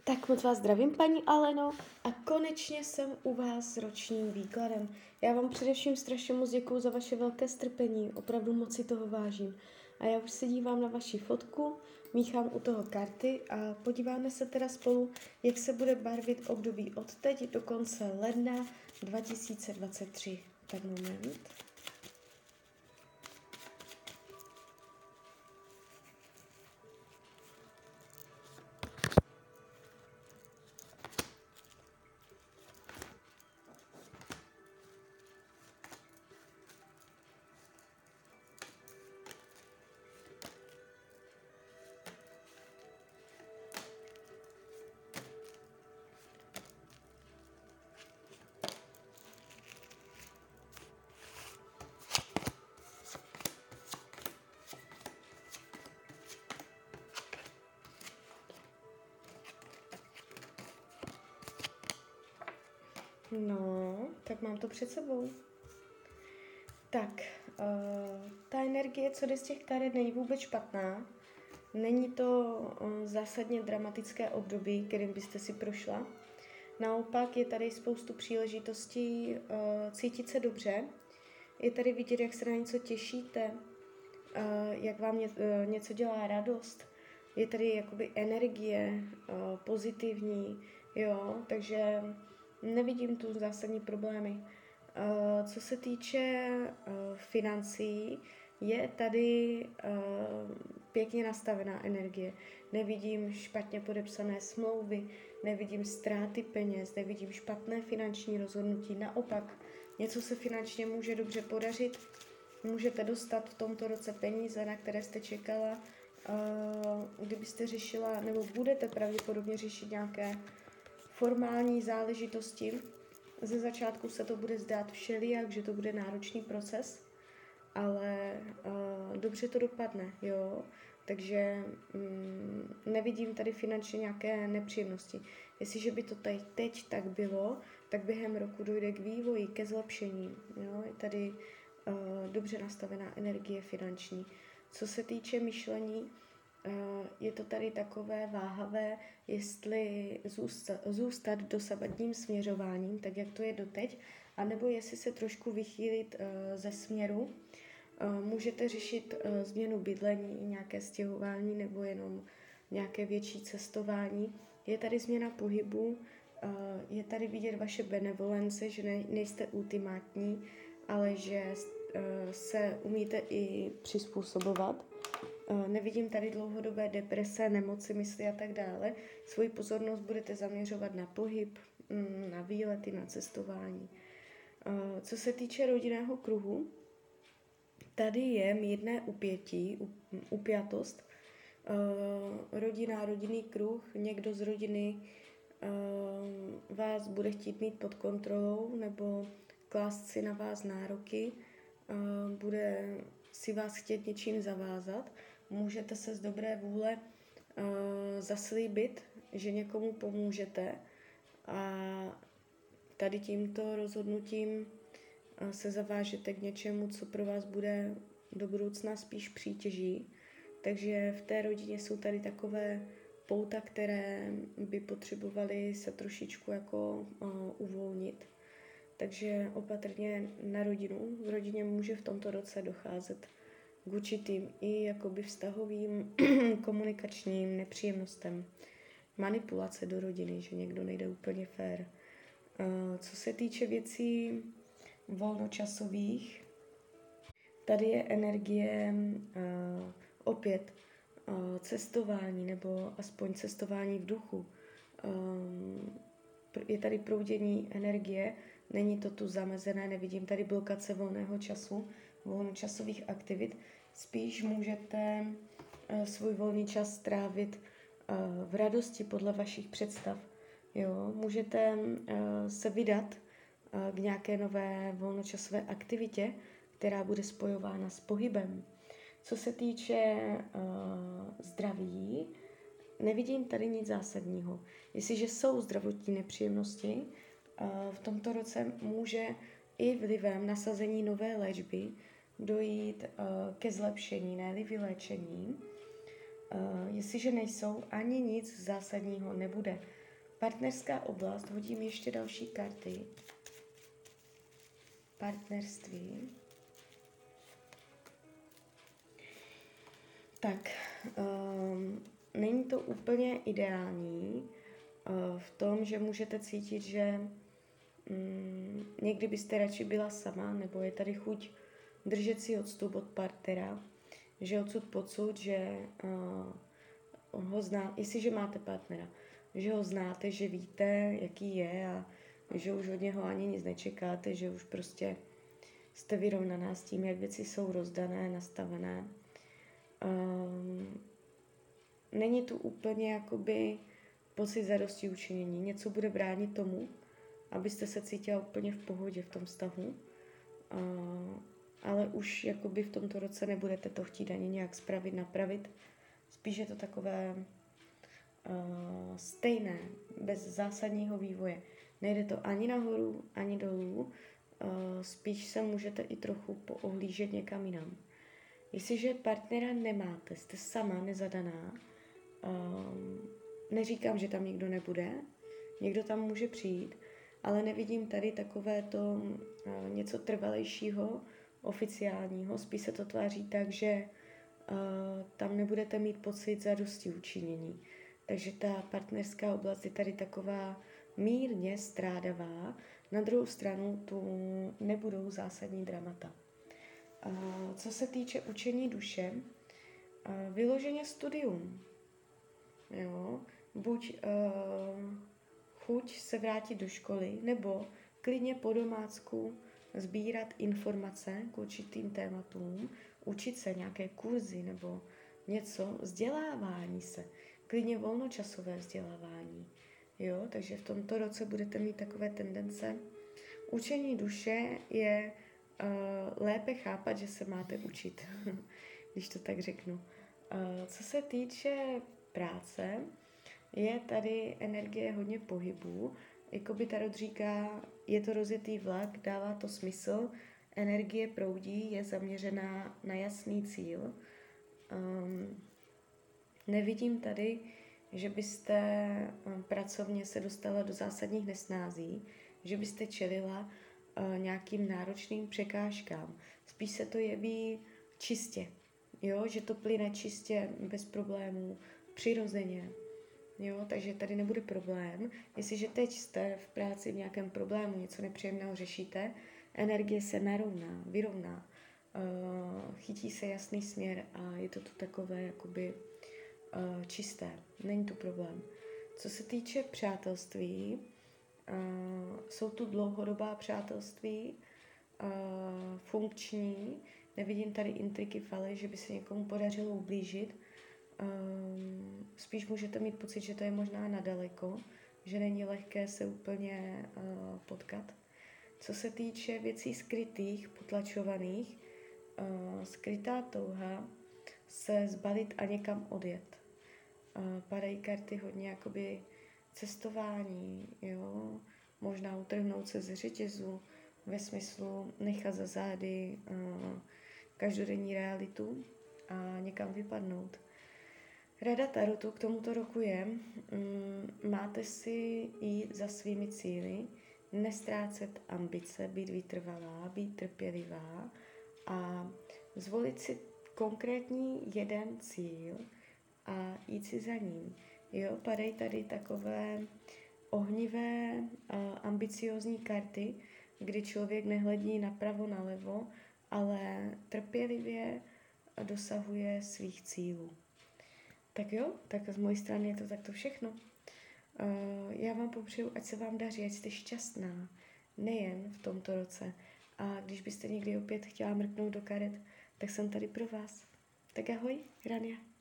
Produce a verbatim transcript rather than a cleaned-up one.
Tak moc vás zdravím, paní Aleno, a konečně jsem u vás s ročním výkladem. Já vám především strašně moc děkuju za vaše velké strpení, opravdu moc si toho vážím. A já už se dívám na vaši fotku, míchám u toho karty a podíváme se teda spolu, jak se bude barvit období od teď do konce ledna dva tisíce dvacet tři. Tak moment. No, tak mám to před sebou. Tak, uh, ta energie, co jde z těch karet, není vůbec špatná. Není to uh, zásadně dramatické období, kterým byste si prošla. Naopak je tady spoustu příležitostí uh, cítit se dobře. Je tady vidět, jak se na něco těšíte, uh, jak vám ně, uh, něco dělá radost. Je tady jakoby energie uh, pozitivní, jo, takže nevidím tu zásadní problémy. Uh, co se týče uh, financí, je tady uh, pěkně nastavená energie. Nevidím špatně podepsané smlouvy, nevidím ztráty peněz, nevidím špatné finanční rozhodnutí. Naopak, něco se finančně může dobře podařit. Můžete dostat v tomto roce peníze, na které jste čekala, uh, kdybyste řešila, nebo budete pravděpodobně řešit nějaké formální záležitosti. Ze začátku se to bude zdát všelijak, že to bude náročný proces, ale uh, dobře to dopadne, jo. Takže um, nevidím tady finančně nějaké nepříjemnosti. Jestliže by to tady teď tak bylo, tak během roku dojde k vývoji, ke zlepšení. Jo. Je tady uh, dobře nastavená energie finanční. Co se týče myšlení, je to tady takové váhavé, jestli zůstat, zůstat dosavadním směřováním, tak jak to je doteď, anebo jestli se trošku vychýlit uh, ze směru. Uh, můžete řešit uh, změnu bydlení, nějaké stěhování nebo jenom nějaké větší cestování. Je tady změna pohybu, uh, je tady vidět vaše benevolence, že ne, nejste ultimátní, ale že uh, se umíte i přizpůsobovat. Nevidím tady dlouhodobé deprese, nemoci, mysli a tak dále. Svoji pozornost budete zaměřovat na pohyb, na výlety, na cestování. Co se týče rodinného kruhu, tady je mírné upětí, upjatost. Rodina, rodinný kruh, někdo z rodiny vás bude chtít mít pod kontrolou nebo klást si na vás nároky, bude si vás chtět něčím zavázat. Můžete se z dobré vůle uh, zaslíbit, že někomu pomůžete a tady tímto rozhodnutím uh, se zavážete k něčemu, co pro vás bude do budoucna spíš přítěží. Takže v té rodině jsou tady takové pouta, které by potřebovaly se trošičku jako uh, uvolnit. Takže opatrně na rodinu. V rodině může v tomto roce docházet k určitým i jakoby vztahovým, komunikačním nepříjemnostem. Manipulace do rodiny, že někdo nejde úplně fér. Uh, co se týče věcí volnočasových, tady je energie uh, opět uh, cestování nebo aspoň cestování v duchu. Uh, je tady proudění energie, není to tu zamezené, nevidím tady blokace volného času, volnočasových aktivit. Spíš můžete uh, svůj volný čas strávit uh, v radosti podle vašich představ. Jo? Můžete uh, se vydat uh, k nějaké nové volnočasové aktivitě, která bude spojována s pohybem. Co se týče uh, zdraví, nevidím tady nic zásadního. Jestliže jsou zdravotní nepříjemnosti, uh, v tomto roce může i vlivem nasazení nové léčby dojít uh, ke zlepšení, ne-li vyléčení. Uh, jestliže nejsou, ani nic zásadního nebude. Partnerská oblast, hodím ještě další karty. Partnerství. Tak, um, není to úplně ideální uh, v tom, že můžete cítit, že um, někdy byste radši byla sama, nebo je tady chuť držet si odstup od partnera, že odsud pocud, že uh, ho zná, jestliže máte partnera, že ho znáte, že víte, jaký je a že už od něho ani nic nečekáte, že už prostě jste vyrovnaná s tím, jak věci jsou rozdané, nastavené. Um, není tu úplně jakoby pocit zadosti učinění. Něco bude bránit tomu, abyste se cítila úplně v pohodě v tom vztahu. Uh, ale už jakoby v tomto roce nebudete to chtít ani nějak spravit, napravit. Spíš je to takové uh, stejné, bez zásadního vývoje. Nejde to ani nahoru, ani dolů. Uh, spíš se můžete i trochu poohlížet někam jinam. Jestliže partnera nemáte, jste sama, nezadaná, um, neříkám, že tam nikdo nebude, někdo tam může přijít, ale nevidím tady takové to uh, něco trvalejšího, oficiálního, spíš se to tváří tak, že uh, tam nebudete mít pocit zadosti učinění. Takže ta partnerská oblast je tady taková mírně strádavá, na druhou stranu tu nebudou zásadní dramata. Uh, co se týče učení duše, uh, vyloženě studium. Jo? Buď uh, chuť se vrátit do školy, nebo klidně po domácku sbírat informace k určitým tématům, učit se nějaké kurzy nebo něco, vzdělávání se, klidně volnočasové vzdělávání. Jo? Takže v tomto roce budete mít takové tendence. Učení duše je Uh, lépe chápat, že se máte učit, když to tak řeknu. Uh, co se týče práce, je tady energie hodně pohybu. Jakoby tarot říká, je to rozjetý vlak, dává to smysl, energie proudí, je zaměřená na jasný cíl. Um, nevidím tady, že byste um, pracovně se dostala do zásadních nesnází, že byste čelila nějakým náročným překážkám. Spíš se to jeví čistě, jo? Že to plyne čistě, bez problémů, přirozeně. Jo? Takže tady nebude problém. Jestliže teď jste v práci v nějakém problému, něco nepříjemného řešíte, energie se narovná, vyrovná, uh, chytí se jasný směr a je to tu takové jakoby uh, čisté. Není tu problém. Co se týče přátelství, Uh, jsou tu dlouhodobá přátelství, uh, funkční, nevidím tady intriky, faly, že by se někomu podařilo ublížit. Um, spíš můžete mít pocit, že to je možná nadaleko, že není lehké se úplně uh, potkat. Co se týče věcí skrytých, potlačovaných, uh, skrytá touha se zbalit a někam odjet. Uh, padají karty hodně jakoby cestování, jo, možná utrhnout se z řetězu ve smyslu nechat za zády uh, každodenní realitu a někam vypadnout. Rada tarotu k tomuto roku je, um, máte si jít za svými cíli, nestrácet ambice, být vytrvalá, být trpělivá a zvolit si konkrétní jeden cíl a jít si za ním. Jo, padají tady takové ohnivé, uh, ambiciózní karty, kdy člověk nehledí napravo, nalevo, ale trpělivě dosahuje svých cílů. Tak jo, tak z mojí strany je to takto všechno. Uh, já vám popřeju, ať se vám daří, ať jste šťastná, nejen v tomto roce. A když byste někdy opět chtěla mrknout do karet, tak jsem tady pro vás. Tak ahoj, Rania.